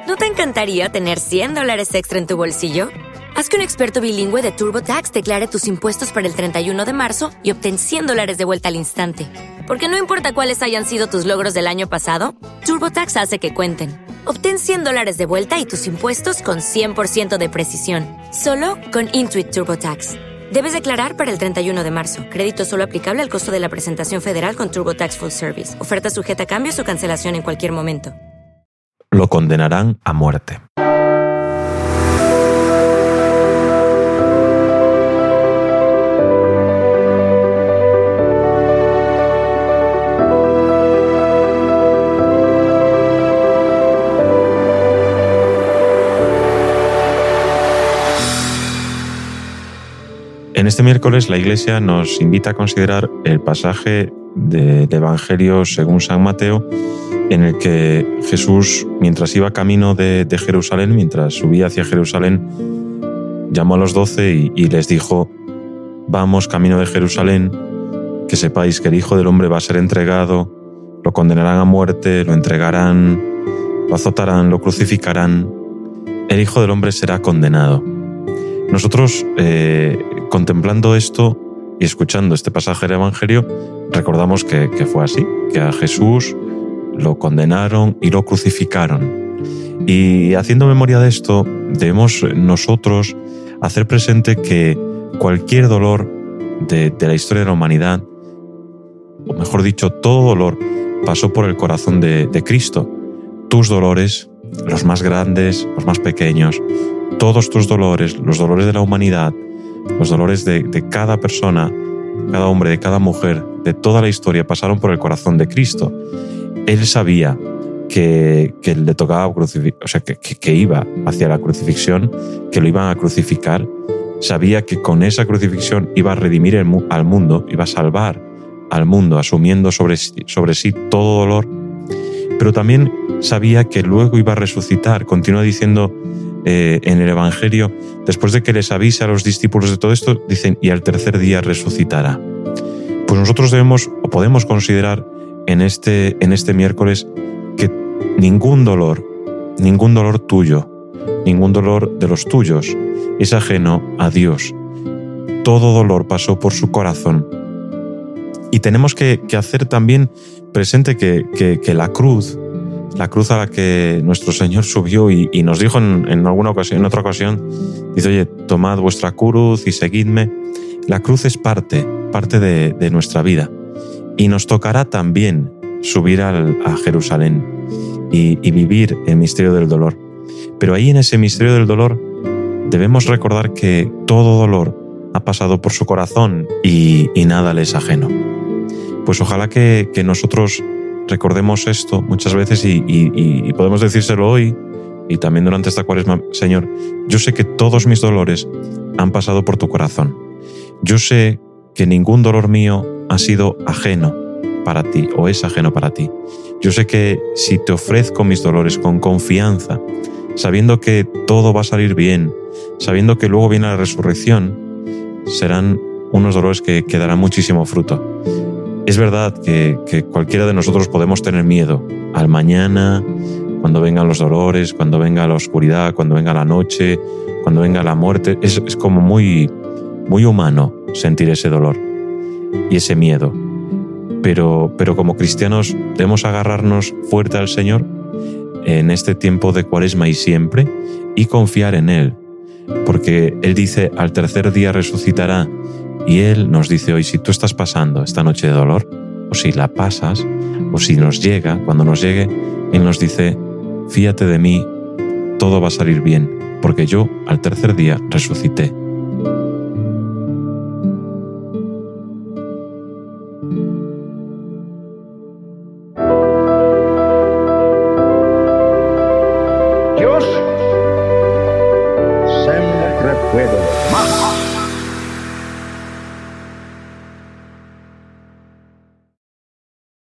¿No te encantaría tener $100 extra en tu bolsillo? Haz que un experto bilingüe de TurboTax declare tus impuestos para el 31 de marzo y obtén $100 de vuelta al instante. Porque no importa cuáles hayan sido tus logros del año pasado, TurboTax hace que cuenten. Obtén $100 de vuelta y tus impuestos con 100% de precisión. Solo con Intuit TurboTax. Debes declarar para el 31 de marzo. Crédito solo aplicable al costo de la presentación federal con TurboTax Full Service. Oferta sujeta a cambios o cancelación en cualquier momento. Lo condenarán a muerte. En este miércoles la Iglesia nos invita a considerar el pasaje del Evangelio según San Mateo, en el que Jesús, mientras iba camino de Jerusalén, mientras subía hacia Jerusalén, llamó a los 12 y les dijo: vamos camino de Jerusalén, que sepáis que el Hijo del Hombre va a ser entregado, lo condenarán a muerte, lo entregarán, lo azotarán, lo crucificarán, el Hijo del Hombre será condenado. Nosotros, contemplando esto y escuchando este pasaje del Evangelio, recordamos que fue así, que a Jesús lo condenaron y lo crucificaron. Y haciendo memoria de esto, debemos nosotros hacer presente que cualquier dolor de la historia de la humanidad, o mejor dicho, todo dolor, pasó por el corazón de Cristo. Tus dolores, los más grandes, los más pequeños, todos tus dolores, los dolores de la humanidad, los dolores de cada persona, cada hombre, de cada mujer, de toda la historia, pasaron por el corazón de Cristo. Él sabía que le tocaba crucificar, o sea, que iba hacia la crucifixión, que lo iban a crucificar. Sabía que con esa crucifixión iba a redimir al mundo, iba a salvar al mundo, asumiendo sobre sí todo dolor. Pero también sabía que luego iba a resucitar. Continúa diciendo en el Evangelio, después de que les avise a los discípulos de todo esto, dicen: y al tercer día resucitará. Pues nosotros debemos o podemos considerar en este miércoles que ningún dolor tuyo, ningún dolor de los tuyos es ajeno a Dios. Todo dolor pasó por su corazón. Y tenemos que hacer también presente que la cruz a la que nuestro Señor subió y nos dijo en otra ocasión, dice: oye, tomad vuestra cruz y seguidme. La cruz es parte de nuestra vida. Y nos tocará también subir a Jerusalén y vivir el misterio del dolor. Pero ahí, en ese misterio del dolor, debemos recordar que todo dolor ha pasado por su corazón y nada le es ajeno. Pues ojalá que nosotros recordemos esto muchas veces y podemos decírselo hoy y también durante esta Cuaresma: Señor, yo sé que todos mis dolores han pasado por tu corazón. Yo sé que ningún dolor mío ha sido ajeno para ti o es ajeno para ti. Yo sé que si te ofrezco mis dolores con confianza, sabiendo que todo va a salir bien, sabiendo que luego viene la resurrección, serán unos dolores que darán muchísimo fruto. Es verdad que cualquiera de nosotros podemos tener miedo al mañana, cuando vengan los dolores, cuando venga la oscuridad, cuando venga la noche, cuando venga la muerte. Es como muy, muy humano sentir ese dolor y ese miedo. Pero como cristianos debemos agarrarnos fuerte al Señor en este tiempo de Cuaresma y siempre, y confiar en Él, porque Él dice: al tercer día resucitará. Y Él nos dice hoy: si tú estás pasando esta noche de dolor, o si la pasas, o si nos llega, cuando nos llegue, Él nos dice: fíate de mí, todo va a salir bien, porque yo al tercer día resucité. Dios siempre puede más.